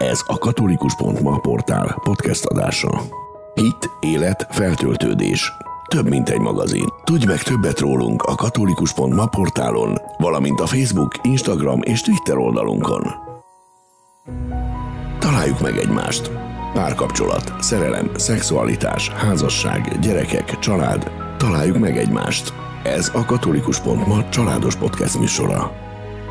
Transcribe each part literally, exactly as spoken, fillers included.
Ez a katolikus pont ma portál podcast adása. Hit, élet, feltöltődés. Több, mint egy magazin. Tudj meg többet rólunk a katolikus pont ma portálon, valamint a Facebook, Instagram és Twitter oldalunkon. Találjuk meg egymást. Párkapcsolat, szerelem, szexualitás, házasság, gyerekek, család. Találjuk meg egymást. Ez a katolikus pont ma családos podcast műsora.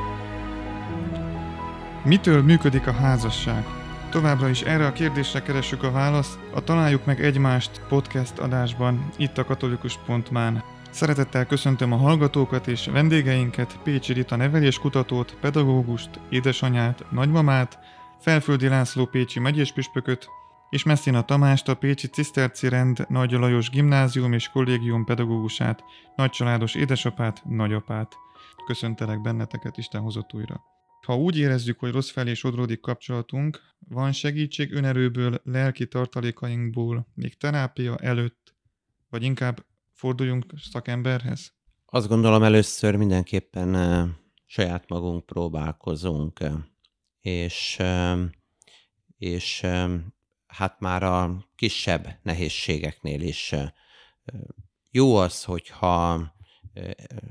Mitől működik a házasság? Továbbra is erre a kérdésre keressük a választ a Találjuk meg egymást podcast adásban, itt a katolikus pont mán. Szeretettel köszöntöm a hallgatókat és vendégeinket, Pécsi Rita neveléskutatót, pedagógust, édesanyát, nagymamát, Felföldi László pécsi megyéspüspököt, és Messina Tamást, a Pécsi Ciszterci Rend Nagy Lajos Gimnázium és Kollégium pedagógusát, nagycsaládos édesapát, nagyapát. Köszöntelek benneteket, Isten hozott újra. Ha úgy érezzük, hogy rossz felé sodródik kapcsolatunk, van segítség önerőből, lelki tartalékainkból, még terápia előtt, vagy inkább forduljunk szakemberhez? Azt gondolom, először mindenképpen uh, saját magunk próbálkozunk, uh, és, uh, és uh, hát már a kisebb nehézségeknél is uh, jó az, hogyha uh,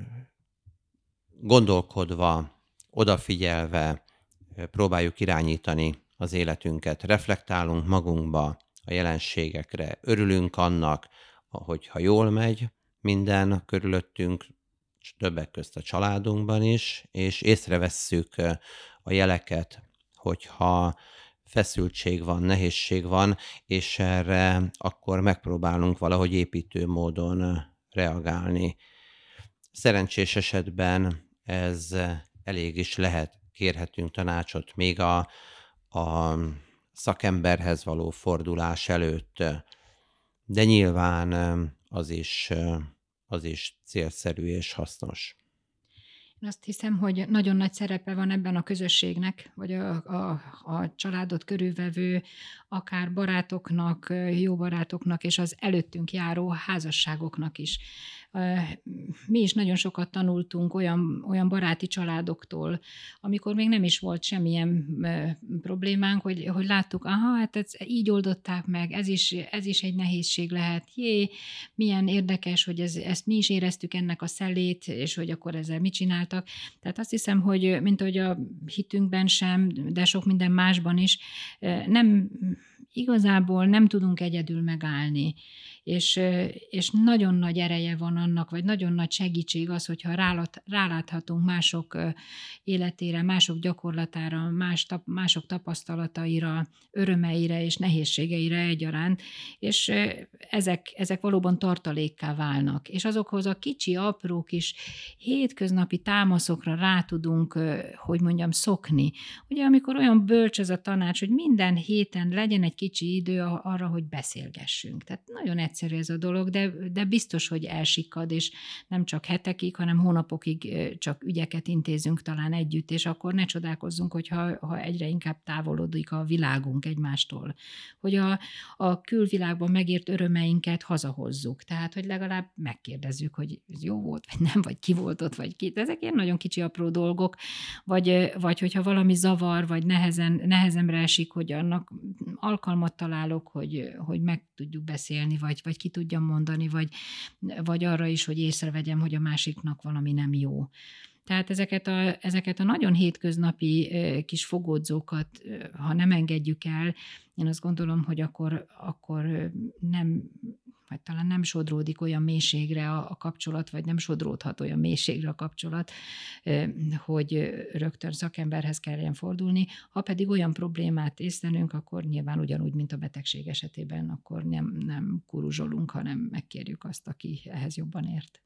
gondolkodva, odafigyelve próbáljuk irányítani az életünket, reflektálunk magunkba a jelenségekre, örülünk annak, hogyha jól megy minden körülöttünk, többek közt a családunkban is, és észrevesszük a jeleket, hogyha feszültség van, nehézség van, és erre akkor megpróbálunk valahogy építő módon reagálni. Szerencsés esetben ez elég is lehet, kérhetünk tanácsot még a, a szakemberhez való fordulás előtt, de nyilván az is, az is célszerű és hasznos. Én azt hiszem, hogy nagyon nagy szerepe van ebben a közösségnek, vagy a, a, a családot körülvevő, akár barátoknak, jó barátoknak, és az előttünk járó házasságoknak is. Mi is nagyon sokat tanultunk olyan, olyan baráti családoktól, amikor még nem is volt semmilyen problémánk, hogy, hogy láttuk, aha, hát ez, így oldották meg, ez is, ez is egy nehézség lehet. Jé, milyen érdekes, hogy ez, ezt mi is éreztük ennek a szelét, és hogy akkor ezzel mit csináltak. Tehát azt hiszem, hogy mint ahogy a hitünkben sem, de sok minden másban is, nem igazából nem tudunk egyedül megállni. És, és nagyon nagy ereje van annak, vagy nagyon nagy segítség az, hogyha rálát, ráláthatunk mások életére, mások gyakorlatára, más, mások tapasztalataira, örömeire és nehézségeire egyaránt, és ezek, ezek valóban tartalékká válnak. És azokhoz a kicsi, apró kis hétköznapi támaszokra rá tudunk, hogy mondjam, szokni. Ugye amikor olyan bölcs ez a tanács, hogy minden héten legyen egy kicsi idő arra, hogy beszélgessünk. Tehát nagyon egyszerű ez a dolog, de, de biztos, hogy elsikkad, és nem csak hetekig, hanem hónapokig csak ügyeket intézünk talán együtt, és akkor ne csodálkozzunk, hogyha ha egyre inkább távolodik a világunk egymástól. Hogy a, a külvilágban megért örömeinket hazahozzuk. Tehát, hogy legalább megkérdezzük, hogy ez jó volt, vagy nem, vagy ki volt ott, vagy ki. Ezek ilyen nagyon kicsi apró dolgok, vagy, vagy hogyha valami zavar, vagy nehezen, nehezemre esik, hogy annak alkalmat találok, hogy, hogy meg tudjuk beszélni, vagy, vagy ki tudjam mondani, vagy, vagy arra is, hogy észrevegyem, hogy a másiknak valami nem jó. Tehát ezeket a, ezeket a nagyon hétköznapi kis fogódzókat, ha nem engedjük el, én azt gondolom, hogy akkor, akkor nem, vagy talán nem sodródik olyan mélységre a, a kapcsolat, vagy nem sodródhat olyan mélységre a kapcsolat, hogy rögtön szakemberhez kelljen fordulni. Ha pedig olyan problémát észlelünk, akkor nyilván ugyanúgy, mint a betegség esetében, akkor nem, nem kuruzsolunk, hanem megkérjük azt, aki ehhez jobban ért.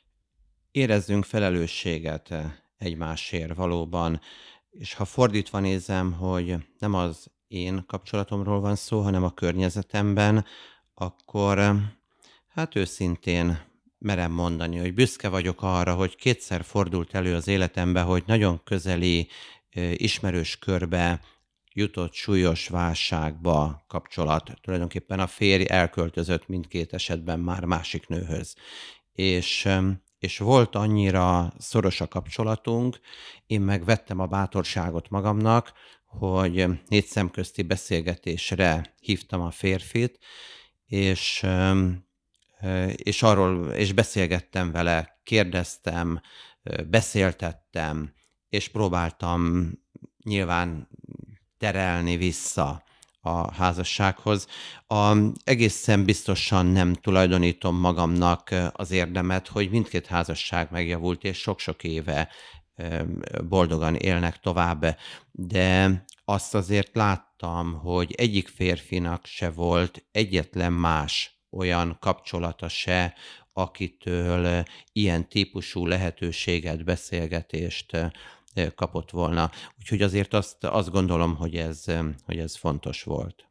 Érezzünk felelősséget egymásért valóban, és ha fordítva nézem, hogy nem az én kapcsolatomról van szó, hanem a környezetemben, akkor hát őszintén merem mondani, hogy büszke vagyok arra, hogy kétszer fordult elő az életemben, hogy nagyon közeli ismerős körbe jutott súlyos válságba kapcsolat. Tulajdonképpen a férj elköltözött mindkét esetben már másik nőhöz. És és volt annyira szoros a kapcsolatunk, én meg vettem a bátorságot magamnak, hogy négy szemközti beszélgetésre hívtam a férfit, és, és arról, és beszélgettem vele, kérdeztem, beszéltettem, és próbáltam nyilván terelni vissza a házassághoz. A, egészen biztosan nem tulajdonítom magamnak az érdemet, hogy mindkét házasság megjavult, és sok-sok éve boldogan élnek tovább, de azt azért láttam, hogy egyik férfinak se volt egyetlen más olyan kapcsolata se, akitől ilyen típusú lehetőséget, beszélgetést kapott volna. Úgyhogy azért azt, azt gondolom, hogy ez, hogy ez fontos volt.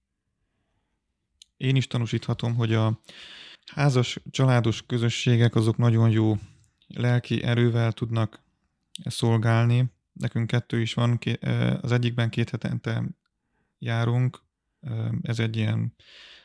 Én is tanúsíthatom, hogy a házas, családos közösségek azok nagyon jó lelki erővel tudnak szolgálni. Nekünk kettő is van, az egyikben két hetente járunk, ez egy ilyen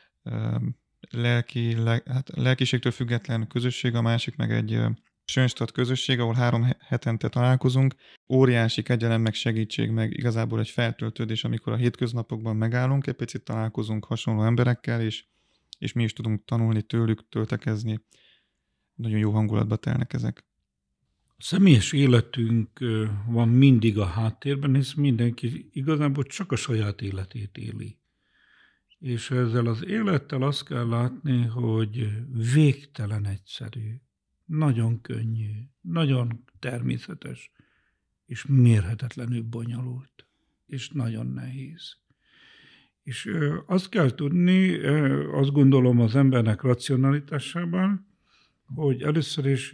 lelki, hát lelkiségtől független közösség, a másik meg egy Schönstatt közösség, ahol három hetente találkozunk. Óriási kegyelem, meg segítség, meg igazából egy feltöltődés, amikor a hétköznapokban megállunk, egy picit találkozunk hasonló emberekkel, és, és mi is tudunk tanulni tőlük, töltekezni. Nagyon jó hangulatba telnek ezek. A személyes életünk van mindig a háttérben, hisz mindenki igazából csak a saját életét éli. És ezzel az élettel azt kell látni, hogy végtelen egyszerű, nagyon könnyű, nagyon természetes, és mérhetetlenül bonyolult, és nagyon nehéz. És azt kell tudni, azt gondolom az embernek racionalitásában, hogy először is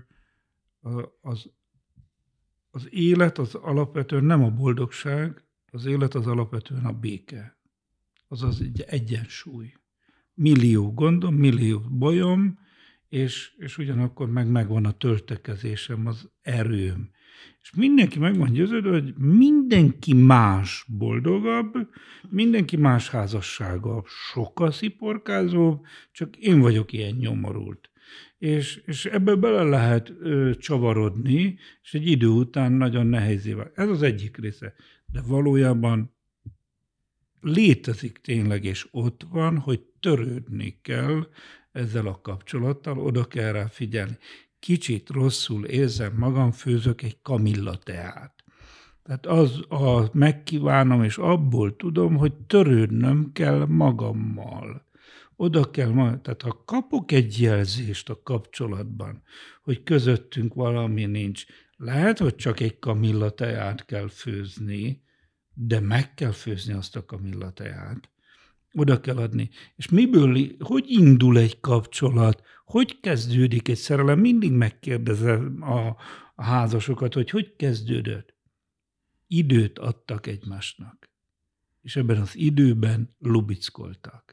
az, az élet az alapvetően nem a boldogság, az élet az alapvetően a béke. Azaz egy egyensúly. Millió gondom, millió bajom, és, és ugyanakkor meg megvan a töltekezésem, az erőm. És mindenki meg van győződve, hogy mindenki más boldogabb, mindenki más házassága sokkal sziporkázóbb, csak én vagyok ilyen nyomorult. És, és ebből bele lehet ö, csavarodni, és egy idő után nagyon nehézé válik. Ez az egyik része. De valójában létezik tényleg, és ott van, hogy törődni kell ezzel a kapcsolattal, oda kell rá figyelni. Kicsit rosszul érzem magam, főzök egy kamilla teát. Tehát az a megkívánom, és abból tudom, hogy törődnöm kell magammal. Oda kell, tehát ha kapok egy jelzést a kapcsolatban, hogy közöttünk valami nincs, lehet, hogy csak egy kamilla teát kell főzni, de meg kell főzni azt a kamilla teát. Oda kell adni. És miből, hogy indul egy kapcsolat? Hogy kezdődik egy szerelem? Mindig megkérdezem a, a házasokat, hogy hogy kezdődött. Időt adtak egymásnak. És ebben az időben lubickoltak.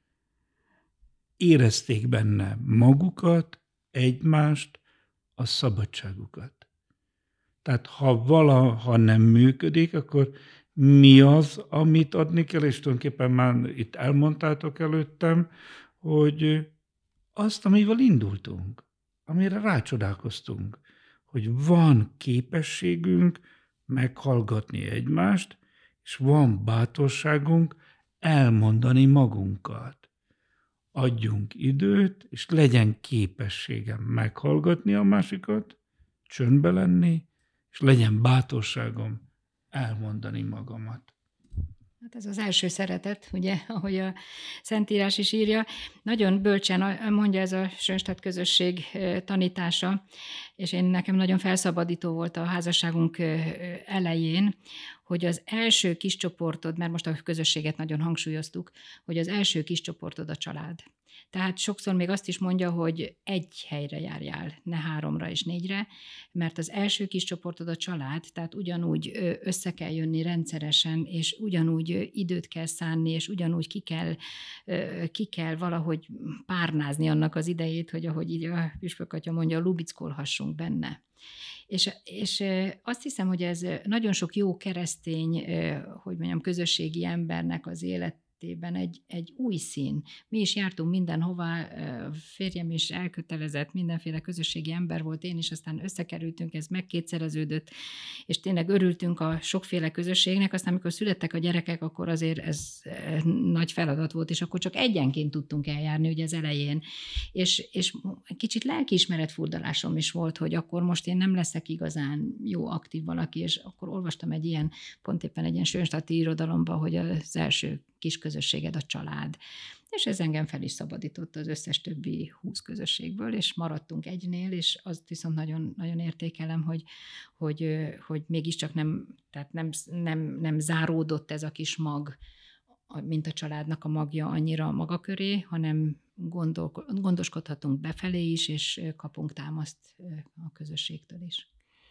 Érezték benne magukat, egymást, a szabadságukat. Tehát ha valaha nem működik, akkor mi az, amit adni kell, és tulajdonképpen már itt elmondtátok előttem, hogy azt, amivel indultunk, amire rácsodálkoztunk, hogy van képességünk meghallgatni egymást, és van bátorságunk elmondani magunkat. Adjunk időt, és legyen képességem meghallgatni a másikat, csöndbe lenni, és legyen bátorságom elmondani magamat. Hát ez az első szeretet, ugye, ahogy a Szentírás is írja. Nagyon bölcsen mondja ez a Schönstatt közösség tanítása, és én nekem nagyon felszabadító volt a házasságunk elején, hogy az első kis csoportod, mert most a közösséget nagyon hangsúlyoztuk, hogy az első kis csoportod a család. Tehát sokszor még azt is mondja, hogy egy helyre járjál, ne háromra és négyre, mert az első kis csoportod a család, tehát ugyanúgy össze kell jönni rendszeresen, és ugyanúgy időt kell szánni, és ugyanúgy ki kell, ki kell valahogy párnázni annak az idejét, hogy ahogy így a püspök atya mondja, lubickolhassunk benne. És, és azt hiszem, hogy ez nagyon sok jó keresztény, hogy mondjam, közösségi embernek az élet életében egy, egy új szín. Mi is jártunk mindenhová, férjem is elkötelezett, mindenféle közösségi ember volt, én is, aztán összekerültünk, ez megkétszereződött, és tényleg örültünk a sokféle közösségnek, aztán amikor születtek a gyerekek, akkor azért ez nagy feladat volt, és akkor csak egyenként tudtunk eljárni ugye az elején. És, és kicsit lelkiismeret furdalásom is volt, hogy akkor most én nem leszek igazán jó, aktív valaki, és akkor olvastam egy ilyen, pont éppen egy ilyen Sönstadti irodalomban, hogy az első kis közösséged a család. És ez engem fel is szabadított az összes többi húsz közösségből, és maradtunk egynél, és azt viszont nagyon, nagyon értékelem, hogy, hogy, hogy mégiscsak nem, tehát nem, nem, nem záródott ez a kis mag, mint a családnak a magja annyira maga köré, hanem gondol, gondoskodhatunk befelé is, és kapunk támaszt a közösségtől is.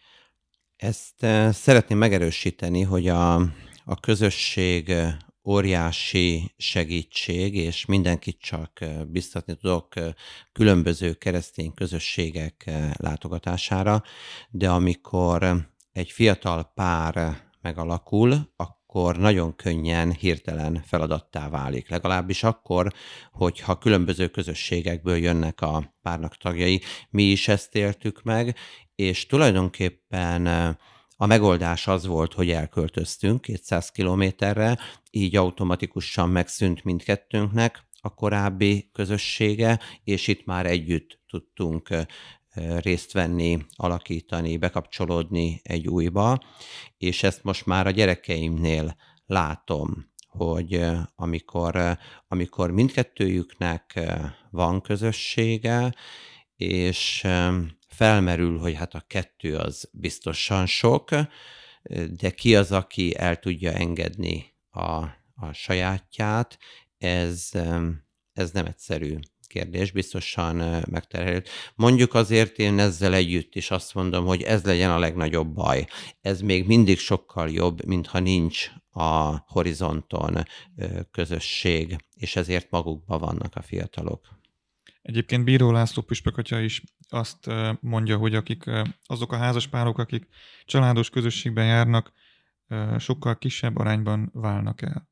Ezt szeretném megerősíteni, hogy a, a közösség óriási segítség, és mindenkit csak biztatni tudok különböző keresztény közösségek látogatására, de amikor egy fiatal pár megalakul, akkor nagyon könnyen hirtelen feladattá válik. Legalábbis akkor, hogyha különböző közösségekből jönnek a párnak tagjai. Mi is ezt éltük meg, és tulajdonképpen a megoldás az volt, hogy elköltöztünk kétszáz kilométerre, így automatikusan megszűnt mindkettőnknek a korábbi közössége, és itt már együtt tudtunk részt venni, alakítani, bekapcsolódni egy újba, és ezt most már a gyerekeimnél látom, hogy amikor, amikor mindkettőjüknek van közössége, és felmerül, hogy hát a kettő az biztosan sok, de ki az, aki el tudja engedni a, a sajátját, ez, ez nem egyszerű kérdés, biztosan megterhelő. Mondjuk azért én ezzel együtt is azt mondom, hogy ez legyen a legnagyobb baj. Ez még mindig sokkal jobb, mintha nincs a horizonton közösség, és ezért magukban vannak a fiatalok. Egyébként Bíró László püspök atya is azt mondja, hogy akik, azok a házaspárok, akik családos közösségben járnak, sokkal kisebb arányban válnak el.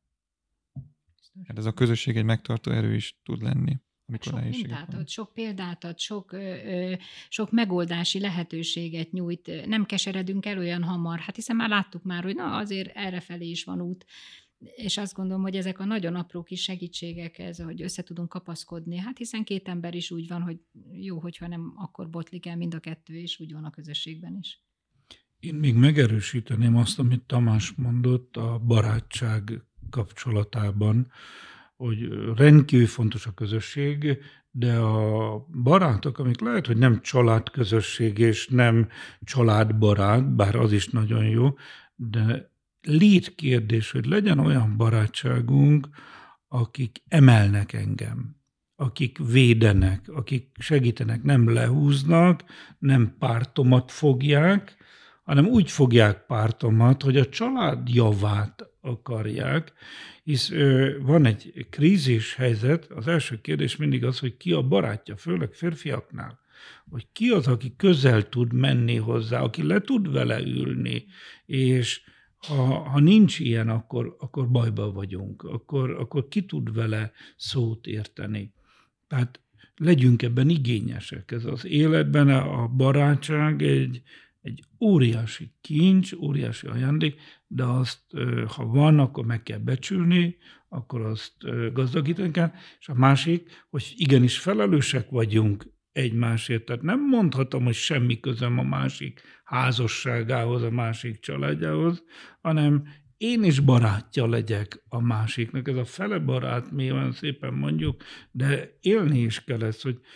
Hát ez a közösség egy megtartó erő is tud lenni. Sok mintát ad, sok példát ad, sok, ö, sok megoldási lehetőséget nyújt. Nem keseredünk el olyan hamar. Hát hiszen már láttuk már, hogy na azért errefelé is van út. És azt gondolom, hogy ezek a nagyon apró kis segítségek, ez, hogy össze tudunk kapaszkodni. Hát hiszen két ember is úgy van, hogy jó, hogyha nem akkor botlik el mind a kettő, és úgy van a közösségben is. Én még megerősíteném azt, amit Tamás mondott a barátság kapcsolatában, hogy rendkívül fontos a közösség, de a barátok, amik lehet, hogy nem családközösség és nem családbarát, bár az is nagyon jó, de létkérdés, hogy legyen olyan barátságunk, akik emelnek engem, akik védenek, akik segítenek, nem lehúznak, nem pártomat fogják, hanem úgy fogják pártomat, hogy a család javát akarják, hisz ö, van egy krízis helyzet, az első kérdés mindig az, hogy ki a barátja, főleg férfiaknál, hogy ki az, aki közel tud menni hozzá, aki le tud vele ülni, és ha, ha nincs ilyen, akkor, akkor bajba vagyunk, akkor, akkor ki tud vele szót érteni. Tehát legyünk ebben igényesek. Ez az életben a barátság egy, egy óriási kincs, óriási ajándék, de azt, ha van, akkor meg kell becsülni, akkor azt gazdagítani kell. És a másik, hogy igenis felelősek vagyunk egymásért. Tehát nem mondhatom, hogy semmi közöm a másik házasságához, a másik családjához, hanem én is barátja legyek a másiknak. Ez a fele barát, mi olyan szépen mondjuk, de élni is kell ezt, hogy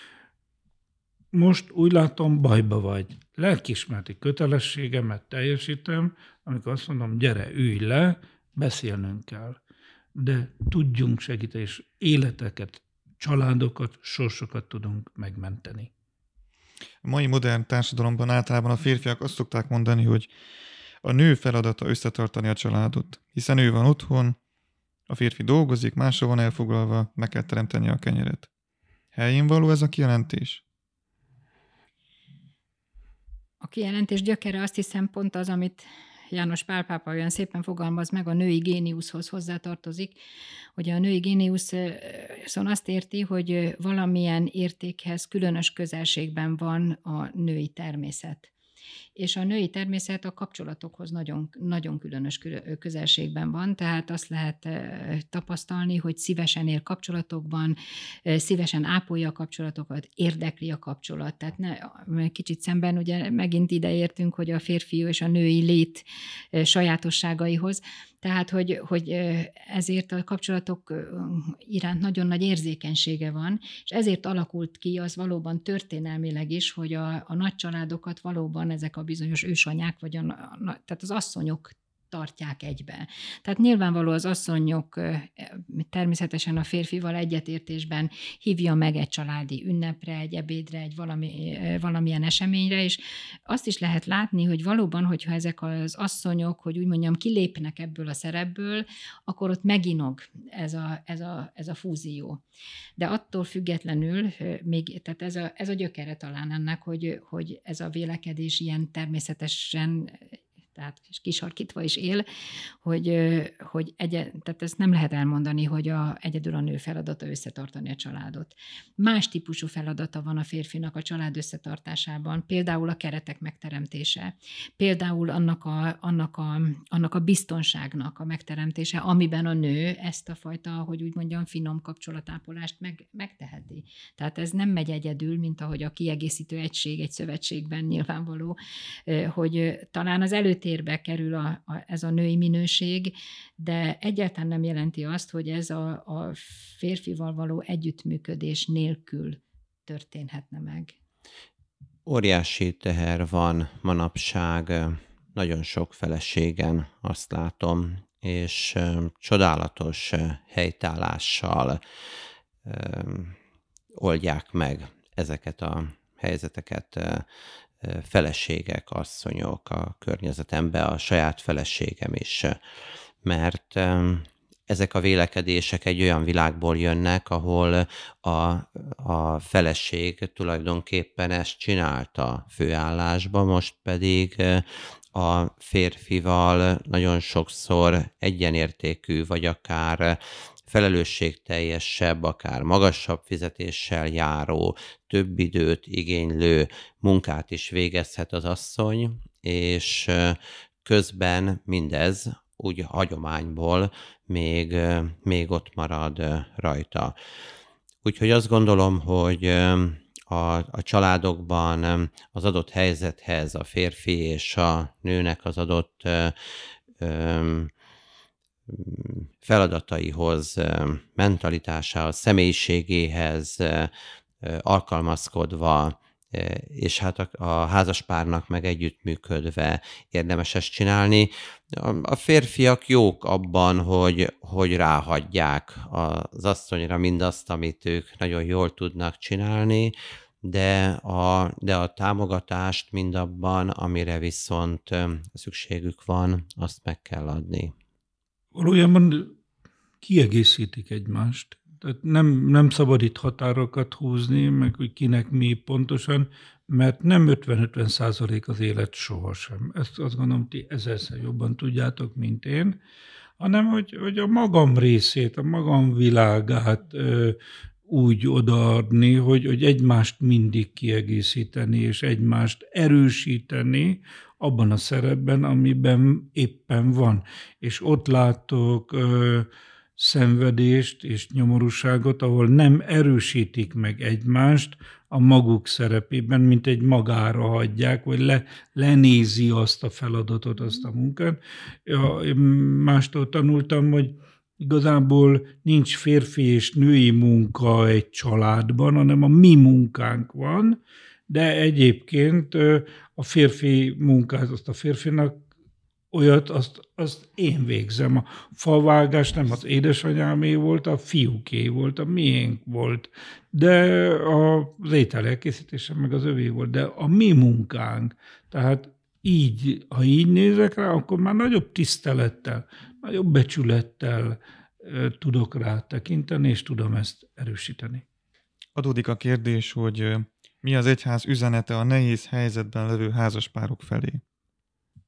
most úgy látom, bajba vagy. Lelkiismereti kötelességemet teljesítem, amikor azt mondom, gyere, ülj le, beszélnünk kell. De tudjunk segíteni, és életeket, családokat, sorsokat tudunk megmenteni. A mai modern társadalomban általában a férfiak azt szokták mondani, hogy a nő feladata összetartani a családot, hiszen ő van otthon, a férfi dolgozik, másra van elfoglalva, meg kell teremteni a kenyeret. Helyén való ez a kijelentés? A kijelentés gyökere azt hiszem pont az, amit János Pál pápa olyan szépen fogalmaz meg, a női géniuszhoz hozzátartozik, hogy a női géniusz szóval azt érti, hogy valamilyen értékhez különös közelségben van a női természet. És a női természet a kapcsolatokhoz nagyon, nagyon különös közelségben van, tehát azt lehet tapasztalni, hogy szívesen él kapcsolatokban, szívesen ápolja a kapcsolatokat, érdekli a kapcsolat. Tehát ne, kicsit szemben ugye megint ide értünk, hogy a férfi és a női lét sajátosságaihoz, tehát, hogy, hogy ezért a kapcsolatok iránt nagyon nagy érzékenysége van, és ezért alakult ki az valóban történelmileg is, hogy a, a nagy családokat valóban ezek a bizonyos ősanyák, vagy a, a, tehát az asszonyok tartják egybe. Tehát nyilvánvaló az asszonyok természetesen a férfival egyetértésben hívja meg egy családi ünnepre, egy ebédre, egy valami, valamilyen eseményre, és azt is lehet látni, hogy valóban, hogyha ezek az asszonyok, hogy úgy mondjam, kilépnek ebből a szerepből, akkor ott meginog ez a, ez a, ez a fúzió. De attól függetlenül, még, tehát ez a, ez a gyökere talán ennek, hogy, hogy ez a vélekedés ilyen természetesen, tehát kisarkítva is él, hogy, hogy egy, tehát ezt nem lehet elmondani, hogy a, egyedül a nő feladata összetartani a családot. Más típusú feladata van a férfinak a család összetartásában, például a keretek megteremtése, például annak a, annak a, annak a biztonságnak a megteremtése, amiben a nő ezt a fajta, hogy úgy mondjam, finom kapcsolatápolást meg, megteheti. Tehát ez nem megy egyedül, mint ahogy a kiegészítő egység egy szövetségben nyilvánvaló, hogy talán az előtt térbe kerül a, a, ez a női minőség, de egyáltalán nem jelenti azt, hogy ez a, a férfival való együttműködés nélkül történhetne meg. Óriási teher van manapság, nagyon sok feleségen, azt látom, és csodálatos helytállással oldják meg ezeket a helyzeteket feleségek, asszonyok a környezetemben, a saját feleségem is, mert ezek a vélekedések egy olyan világból jönnek, ahol a, a feleség tulajdonképpen ezt csinálta főállásba, most pedig a férfival nagyon sokszor egyenértékű, vagy akár felelősségteljesebb, akár magasabb fizetéssel járó, több időt igénylő munkát is végezhet az asszony, és közben mindez úgy hagyományból még, még ott marad rajta. Úgyhogy azt gondolom, hogy a, a családokban az adott helyzethez a férfi és a nőnek az adott ö, feladataihoz, mentalitásához, személyiségéhez alkalmazkodva, és hát a, a házaspárnak meg együttműködve érdemes ezt csinálni. A férfiak jók abban, hogy, hogy ráhagyják az asszonyra mindazt, amit ők nagyon jól tudnak csinálni, de a, de a támogatást mindabban, amire viszont szükségük van, azt meg kell adni. Valójában kiegészítik egymást. Tehát nem, nem szabad itt határokat húzni, meg hogy kinek mi pontosan, mert nem ötven-ötven százalék az élet sohasem. Ezt azt gondolom, ti ezerszer jobban tudjátok, mint én, hanem hogy, hogy a magam részét, a magam világát ö, úgy odaadni, hogy, hogy egymást mindig kiegészíteni, és egymást erősíteni abban a szerepben, amiben éppen van. És ott látok ö, szenvedést és nyomorúságot, ahol nem erősítik meg egymást a maguk szerepében, mint egy magára hagyják, vagy le, lenézi azt a feladatot, azt a munkát. Ja, mástól tanultam, hogy igazából nincs férfi és női munka egy családban, hanem a mi munkánk van, de egyébként a férfi munkát, azt a férfinak olyat, azt, azt én végzem. A favágás nem az édesanyámé volt, a fiúké volt, a miénk volt, de az étel elkészítése meg az övé volt, de a mi munkánk. Tehát így, ha így nézek rá, akkor már nagyobb tisztelettel, nagyobb becsülettel tudok rá tekinteni, és tudom ezt erősíteni. Adódik a kérdés, hogy mi az egyház üzenete a nehéz helyzetben levő házaspárok felé?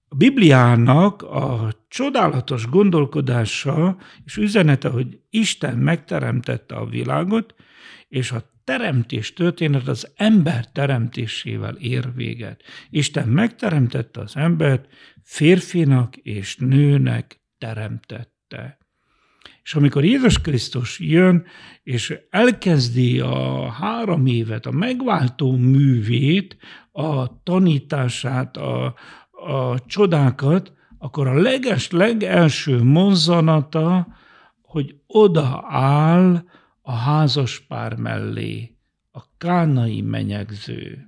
A Bibliának a csodálatos gondolkodása és üzenete, hogy Isten megteremtette a világot, és a teremtés történet az ember teremtésével ér véget. Isten megteremtette az embert, férfinak és nőnek teremtette. És amikor Jézus Krisztus jön, és elkezdi a három évet, a megváltó művét, a tanítását, a, a csodákat, akkor a leges, legelső mozzanata, hogy odaáll a házaspár mellé, a kánai menyegző.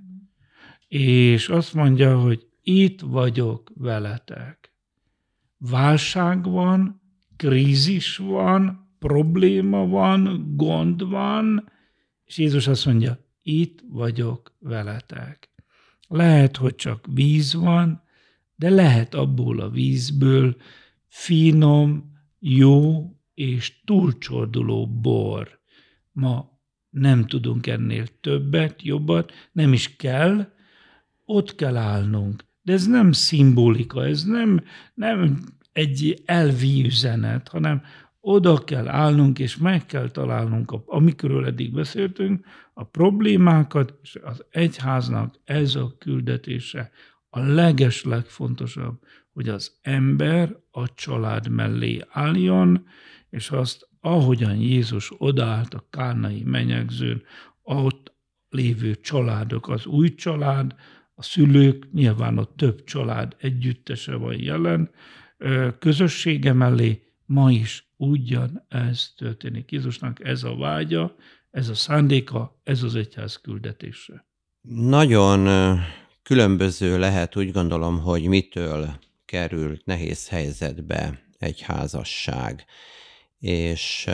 És azt mondja, hogy itt vagyok veletek. Válság van, krízis van, probléma van, gond van, és Jézus azt mondja, itt vagyok veletek. Lehet, hogy csak víz van, de lehet abból a vízből finom, jó és túlcsorduló bor. Ma nem tudunk ennél többet, jobbat, nem is kell, ott kell állnunk. De ez nem szimbolika, ez nem, nem egy elvi üzenet, hanem oda kell állnunk, és meg kell találnunk, amikről eddig beszéltünk, a problémákat, és az egyháznak ez a küldetése a leges legfontosabb, hogy az ember a család mellé álljon, és azt, ahogyan Jézus odaállt a kánai menyegzőn, ott lévő családok, az új család, a szülők, nyilván a több család együttese van jelen, közössége mellé, ma is ugyan ez történik. Jézusnak ez a vágya, ez a szándéka, ez az egyház küldetése. Nagyon különböző lehet, úgy gondolom, hogy mitől került nehéz helyzetbe egy házasság. És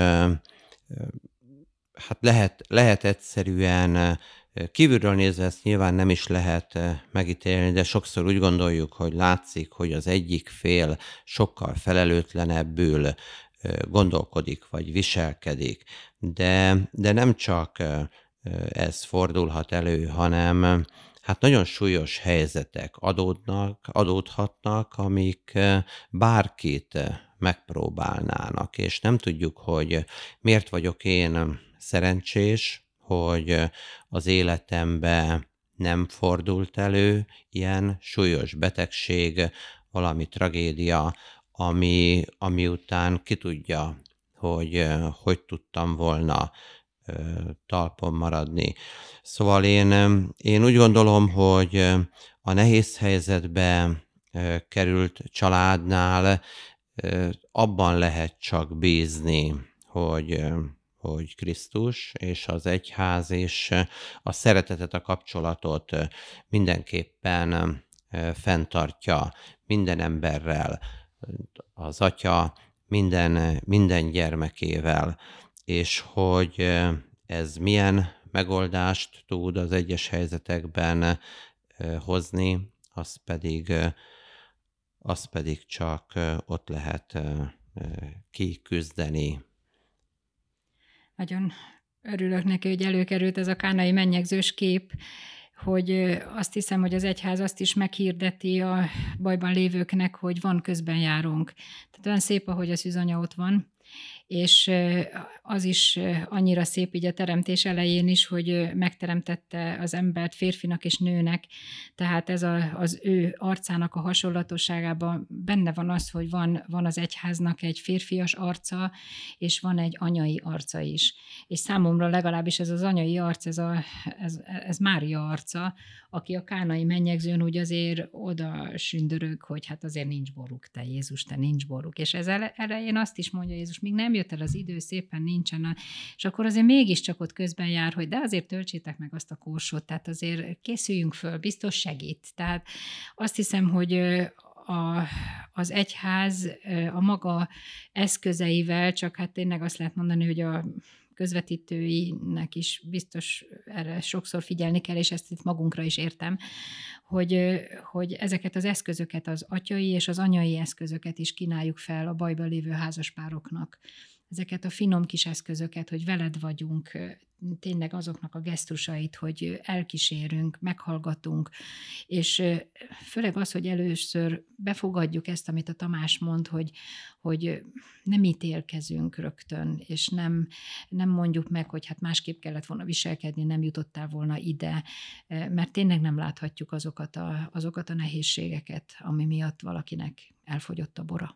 hát lehet, lehet egyszerűen, kívülről nézve ezt nyilván nem is lehet megítélni, de sokszor úgy gondoljuk, hogy látszik, hogy az egyik fél sokkal felelőtlenebbül gondolkodik, vagy viselkedik. De, de nem csak ez fordulhat elő, hanem hát nagyon súlyos helyzetek adódnak, adódhatnak, amik bárkit megpróbálnának, és nem tudjuk, hogy miért vagyok én szerencsés, hogy az életemben nem fordult elő ilyen súlyos betegség, valami tragédia, ami, ami után ki tudja, hogy hogy tudtam volna talpon maradni. Szóval én, én úgy gondolom, hogy a nehéz helyzetbe került családnál abban lehet csak bízni, hogy, hogy Krisztus és az egyház és a szeretetet, a kapcsolatot mindenképpen fenntartja minden emberrel, az atya minden, minden gyermekével, és hogy ez milyen megoldást tud az egyes helyzetekben hozni, az pedig, az pedig csak ott lehet kiküzdeni. Nagyon örülök neki, hogy előkerült ez a kánai mennyegzős kép, hogy azt hiszem, hogy az egyház azt is meghirdeti a bajban lévőknek, hogy van közbenjárónk. Tehát olyan szép, ahogy a szűzanya ott van, és az is annyira szép így a teremtés elején is, hogy megteremtette az embert férfinak és nőnek, tehát ez a, az ő arcának a hasonlatosságában benne van az, hogy van, van az egyháznak egy férfias arca, és van egy anyai arca is. És számomra legalábbis ez az anyai arc, ez, a, ez, ez Mária arca, aki a kánai mennyegzőn úgy azért oda sündörög, hogy hát azért nincs boruk, te Jézus, te nincs boruk. És ez elején azt is mondja Jézus, még nem jött el az idő, szépen nincsen, és akkor azért mégiscsak ott közben jár, hogy de azért töltsétek meg azt a korsót, tehát azért készüljünk föl, biztos segít. Tehát azt hiszem, hogy a, az egyház a maga eszközeivel, csak hát tényleg azt lehet mondani, hogy a közvetítőinek is biztos erre sokszor figyelni kell, és ezt itt magunkra is értem, hogy, hogy ezeket az eszközöket, az atyai és az anyai eszközöket is kínáljuk fel a bajban lévő házaspároknak. ezeket a finom kis eszközöket, hogy veled vagyunk, tényleg azoknak a gesztusait, hogy elkísérünk, meghallgatunk, és főleg az, hogy először befogadjuk ezt, amit a Tamás mond, hogy, hogy nem ítélkezünk rögtön, és nem, nem mondjuk meg, hogy hát másképp kellett volna viselkedni, nem jutottál volna ide, mert tényleg nem láthatjuk azokat a, azokat a nehézségeket, ami miatt valakinek elfogyott a bora.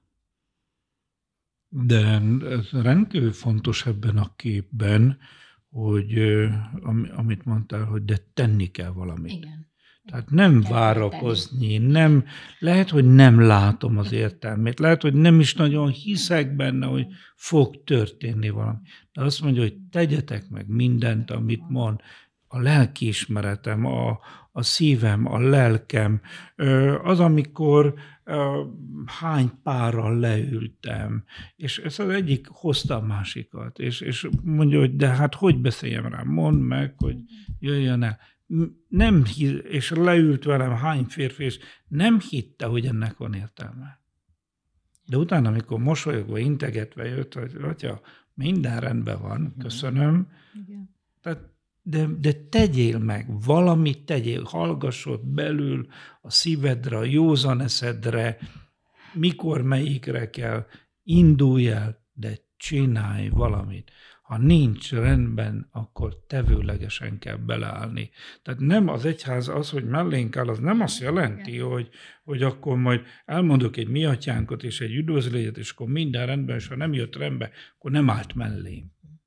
De ez rendkívül fontos ebben a képben, hogy amit mondtál, hogy de tenni kell valamit. Igen. Tehát nem várakozni, nem, lehet, hogy nem látom az értelmét, lehet, hogy nem is nagyon hiszek benne, hogy fog történni valami. De azt mondja, hogy tegyetek meg mindent, amit mond. A lelkiismeretem, a, a szívem, a lelkem, az, amikor hány párral leültem, és ez az egyik hozta a másikat, és, és mondja, hogy de hát hogy beszéljem rá, mondd meg, hogy jöjjön el. Nem, és leült velem hány férfi, és nem hitte, hogy ennek van értelme. De utána, amikor mosolyogva, integetve jött, hogy atya, minden rendben van, köszönöm. Igen. Tehát De, de tegyél meg, valamit tegyél, hallgassod belül a szívedre, a józan eszedre, mikor melyikre kell, indulj el, de csinálj valamit. Ha nincs rendben, akkor tevőlegesen kell beleállni. Tehát nem az egyház az, hogy mellénk áll, az nem azt jelenti, hogy, hogy akkor majd elmondok egy mi atyánkot és egy üdvözlégyet, és akkor minden rendben, és ha nem jött rendbe, akkor nem állt mellém.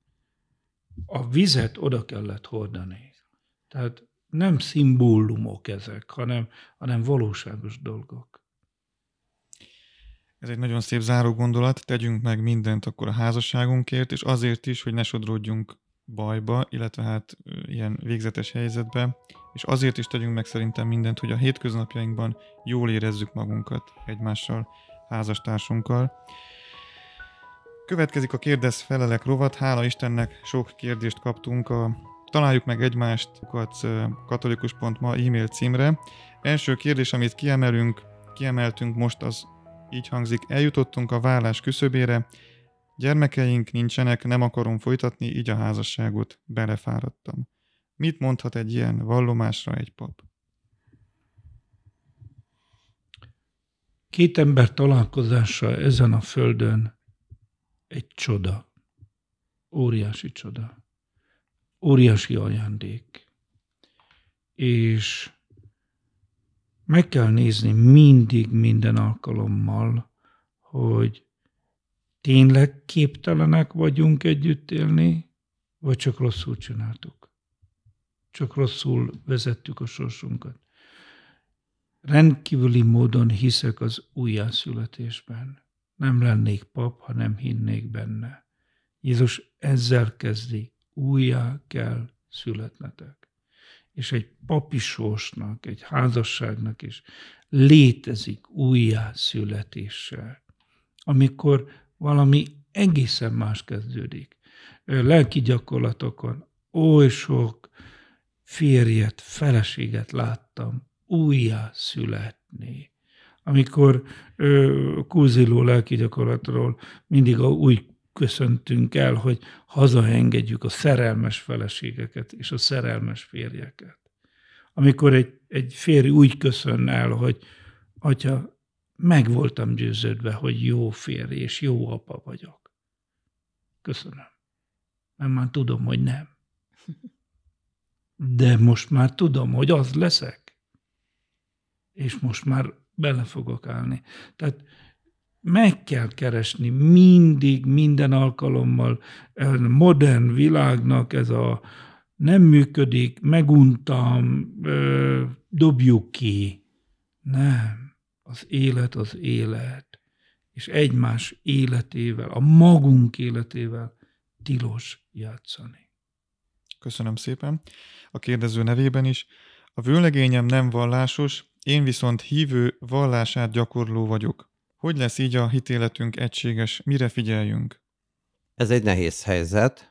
A vizet oda kellett hordani. Tehát nem szimbólumok ezek, hanem, hanem valóságos dolgok. Ez egy nagyon szép záró gondolat, tegyünk meg mindent akkor a házasságunkért, és azért is, hogy ne sodródjunk bajba, illetve hát ilyen végzetes helyzetbe, és azért is tegyünk meg szerintem mindent, hogy a hétköznapjainkban jól érezzük magunkat egymással, házastársunkkal. Következik a Kérdezz Felelek rovat, hála Istennek sok kérdést kaptunk a Találjuk meg egymást katolikus pont ma e-mail címre. Első kérdés, amit kiemelünk, kiemeltünk most, az így hangzik: eljutottunk a vállás küszöbére, gyermekeink nincsenek, nem akarom folytatni így a házasságot, belefáradtam. Mit mondhat egy ilyen vallomásra egy pap? Két ember találkozása ezen a földön egy csoda, óriási csoda, óriási ajándék. És meg kell nézni mindig, minden alkalommal, hogy tényleg képtelenek vagyunk együtt élni, vagy csak rosszul csináltuk. Csak rosszul vezettük a sorsunkat. Rendkívüli módon hiszek az újjászületésben. Nem lennék pap, ha nem hinnék benne. Jézus ezzel kezdi: újjá kell születnetek. És egy papi sorsnak, egy házasságnak is létezik újjászületéssel, amikor valami egészen más kezdődik. Lelki gyakorlatokon oly sok férjet, feleséget láttam újjászületni. Amikor Kúziló lelki gyakorlatról mindig úgy köszöntünk el, hogy hazaengedjük a szerelmes feleségeket és a szerelmes férjeket. Amikor egy, egy férj úgy köszön el, hogy atya, meg voltam győződve, hogy jó férj és jó apa vagyok. Köszönöm. Mert már tudom, hogy nem. De most már tudom, hogy az leszek. És most már bele fogok állni. Tehát meg kell keresni mindig, minden alkalommal. A modern világnak ez a nem működik, meguntam, dobjuk ki. Nem. Az élet az élet. És egymás életével, a magunk életével tilos játszani. Köszönöm szépen. A kérdező nevében is: a vőlegényem nem vallásos, én viszont hívő, vallását gyakorló vagyok. Hogy lesz így a hitéletünk egységes? Mire figyeljünk? Ez egy nehéz helyzet.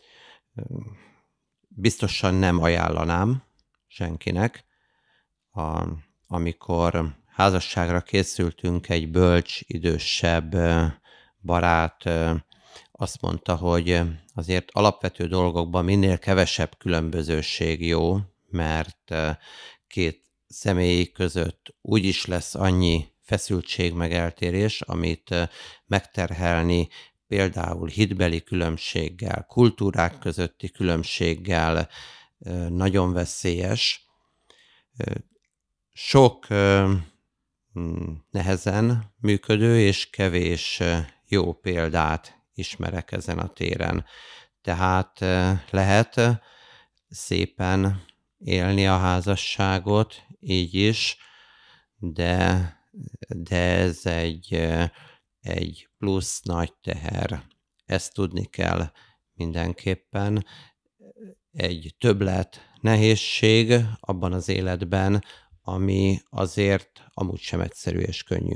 Biztosan nem ajánlanám senkinek. A, amikor házasságra készültünk, egy bölcs, idősebb barát azt mondta, hogy azért alapvető dolgokban minél kevesebb különbözőség jó, mert két személy között úgyis lesz annyi feszültség meg eltérés, amit megterhelni például hitbeli különbséggel, kultúrák közötti különbséggel nagyon veszélyes. Sok nehezen működő és kevés jó példát ismerek ezen a téren. Tehát lehet szépen élni a házasságot, így is, de, de ez egy, egy plusz nagy teher. Ezt tudni kell mindenképpen. Egy többlet nehézség abban az életben, ami azért amúgy sem egyszerű és könnyű.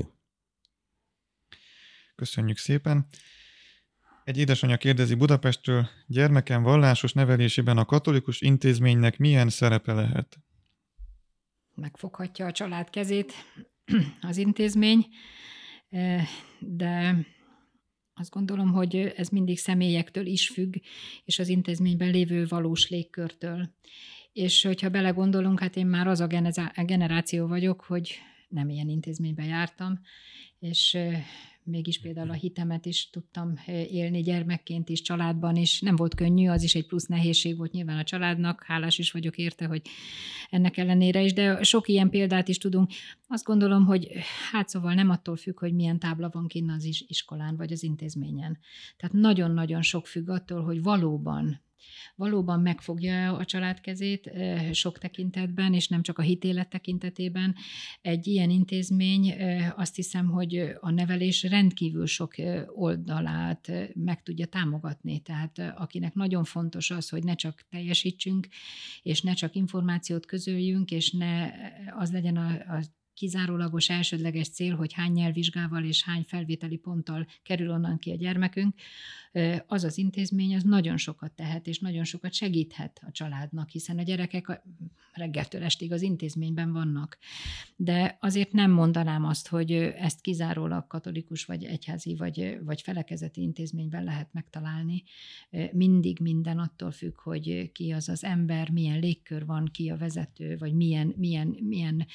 Köszönjük szépen. Egy édesanyja kérdezi Budapestről, gyermekem vallásos nevelésében a katolikus intézménynek milyen szerepe lehet? Megfoghatja a család kezét az intézmény, de azt gondolom, hogy ez mindig személyektől is függ, és az intézményben lévő valós légkörtől. És hogyha belegondolunk, hát én már az a generáció vagyok, hogy nem ilyen intézményben jártam, és mégis például a hitemet is tudtam élni gyermekként is, családban is. Nem volt könnyű, az is egy plusz nehézség volt nyilván a családnak, hálás is vagyok érte, hogy ennek ellenére is, de sok ilyen példát is tudunk. Azt gondolom, hogy hát szóval nem attól függ, hogy milyen tábla van kinn az iskolán vagy az intézményen. Tehát nagyon-nagyon sok függ attól, hogy valóban valóban megfogja a család kezét sok tekintetben, és nem csak a hitélet tekintetében. Egy ilyen intézmény, azt hiszem, hogy a nevelés rendkívül sok oldalát meg tudja támogatni. Tehát akinek nagyon fontos az, hogy ne csak teljesítsünk, és ne csak információt közöljünk, és ne az legyen a, a kizárólagos elsődleges cél, hogy hány nyelvvizsgával és hány felvételi ponttal kerül onnan ki a gyermekünk, az az intézmény az nagyon sokat tehet, és nagyon sokat segíthet a családnak, hiszen a gyerekek reggeltől estig az intézményben vannak. De azért nem mondanám azt, hogy ezt kizárólag katolikus, vagy egyházi, vagy, vagy felekezeti intézményben lehet megtalálni. Mindig minden attól függ, hogy ki az az ember, milyen légkör van, ki a vezető, vagy milyen, milyen, milyen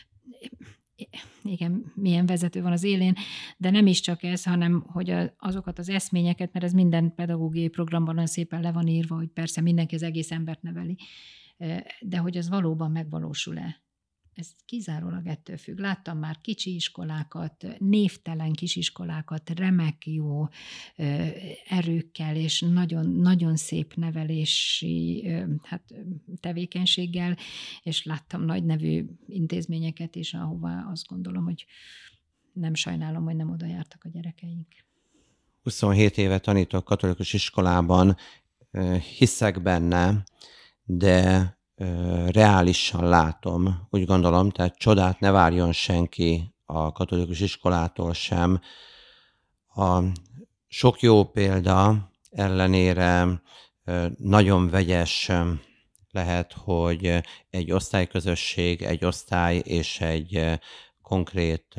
igen, milyen vezető van az élén, de nem is csak ez, hanem hogy azokat az eszményeket, mert ez minden pedagógiai programban olyan szépen le van írva, hogy persze mindenki az egész embert neveli, de hogy az valóban megvalósul-e. Ez kizárólag ettől függ. Láttam már kicsi iskolákat, névtelen kisiskolákat, remek jó erőkkel és nagyon, nagyon szép nevelési hát, tevékenységgel, és láttam nagy nevű intézményeket is, ahova azt gondolom, hogy nem sajnálom, hogy nem oda jártak a gyerekeink. huszonhét éve tanítok katolikus iskolában, hiszek benne, de reálisan látom, úgy gondolom, tehát csodát ne várjon senki a katolikus iskolától sem. A sok jó példa ellenére nagyon vegyes lehet, hogy egy osztályközösség, egy osztály és egy konkrét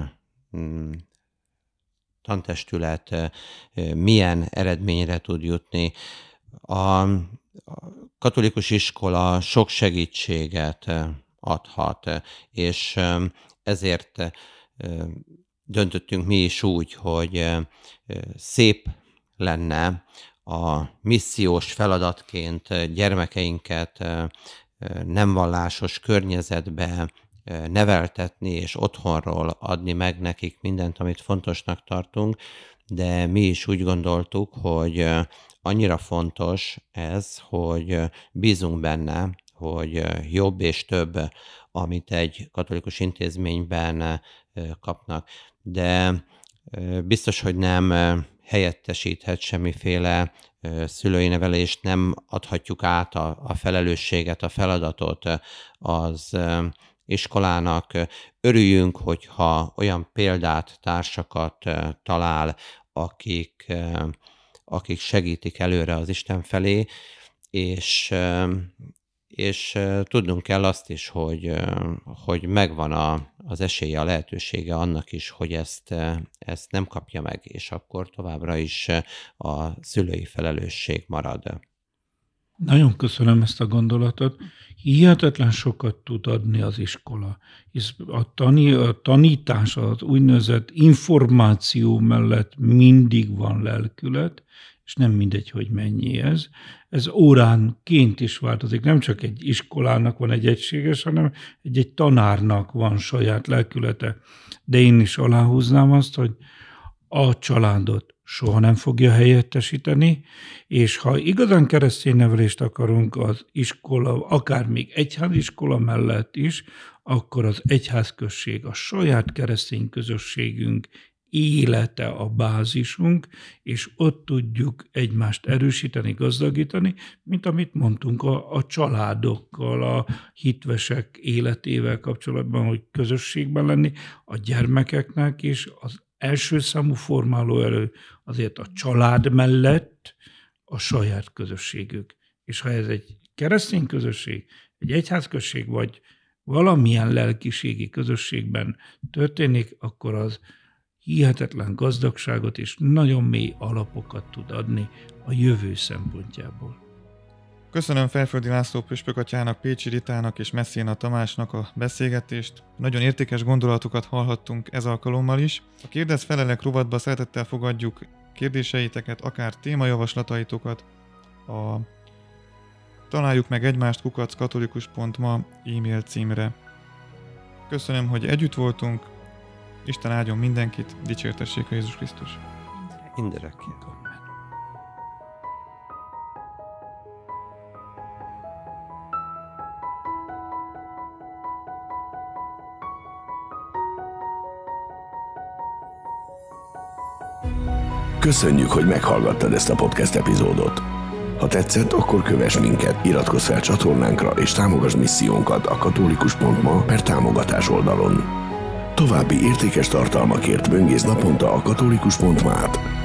tantestület milyen eredményre tud jutni. A A katolikus iskola sok segítséget adhat, és ezért döntöttünk mi is úgy, hogy szép lenne a missziós feladatként gyermekeinket nem vallásos környezetbe neveltetni, és otthonról adni meg nekik mindent, amit fontosnak tartunk, de mi is úgy gondoltuk, hogy annyira fontos ez, hogy bízunk benne, hogy jobb és több, amit egy katolikus intézményben kapnak. De biztos, hogy nem helyettesíthet semmiféle szülői nevelést, nem adhatjuk át a, a felelősséget, a feladatot az iskolának. Örüljünk, hogyha olyan példát, társakat talál, akik akik segítik előre az Isten felé, és, és tudnunk kell azt is, hogy, hogy megvan a, az esélye, a lehetősége annak is, hogy ezt, ezt nem kapja meg, és akkor továbbra is a szülői felelősség marad. Nagyon köszönöm ezt a gondolatot. Hihetetlen sokat tud adni az iskola. Hisz a, tani, a tanítás, az úgynevezett információ mellett mindig van lelkület, és nem mindegy, hogy mennyi ez. Ez óránként is változik. Nem csak egy iskolának van egy egységes, hanem egy-egy tanárnak van saját lelkülete. De én is aláhúznám azt, hogy a családot soha nem fogja helyettesíteni, és ha igazán keresztény nevelést akarunk az iskola, akár még egyháziskola mellett is, akkor az egyházközség, a saját keresztény közösségünk élete a bázisunk, és ott tudjuk egymást erősíteni, gazdagítani, mint amit mondtunk a, a családokkal, a hitvesek életével kapcsolatban, hogy közösségben lenni, a gyermekeknek is az első számú formáló erő azért a család mellett a saját közösségük. És ha ez egy keresztény közösség, egy egyházközség, vagy valamilyen lelkiségi közösségben történik, akkor az hihetetlen gazdagságot és nagyon mély alapokat tud adni a jövő szempontjából. Köszönöm Felföldi László püspökatyának, Pécsi Ritának és Messzéna Tamásnak a beszélgetést. Nagyon értékes gondolatokat hallhattunk ez alkalommal is. A Kérdezz Felelek rovatba szeretettel fogadjuk kérdéseiteket, akár témajavaslataitokat. A Találjuk meg egymást kukac katolikus pont ma e-mail címre. Köszönöm, hogy együtt voltunk. Isten áldjon mindenkit, dicsértessék a Jézus Krisztus. Mindörökké. Köszönjük, hogy meghallgattad ezt a podcast epizódot. Ha tetszett, akkor kövess minket, iratkozz fel csatornánkra és támogass missziónkat a katolikus pont ma per támogatás oldalon. További értékes tartalmakért böngész naponta a katolikus pont mát.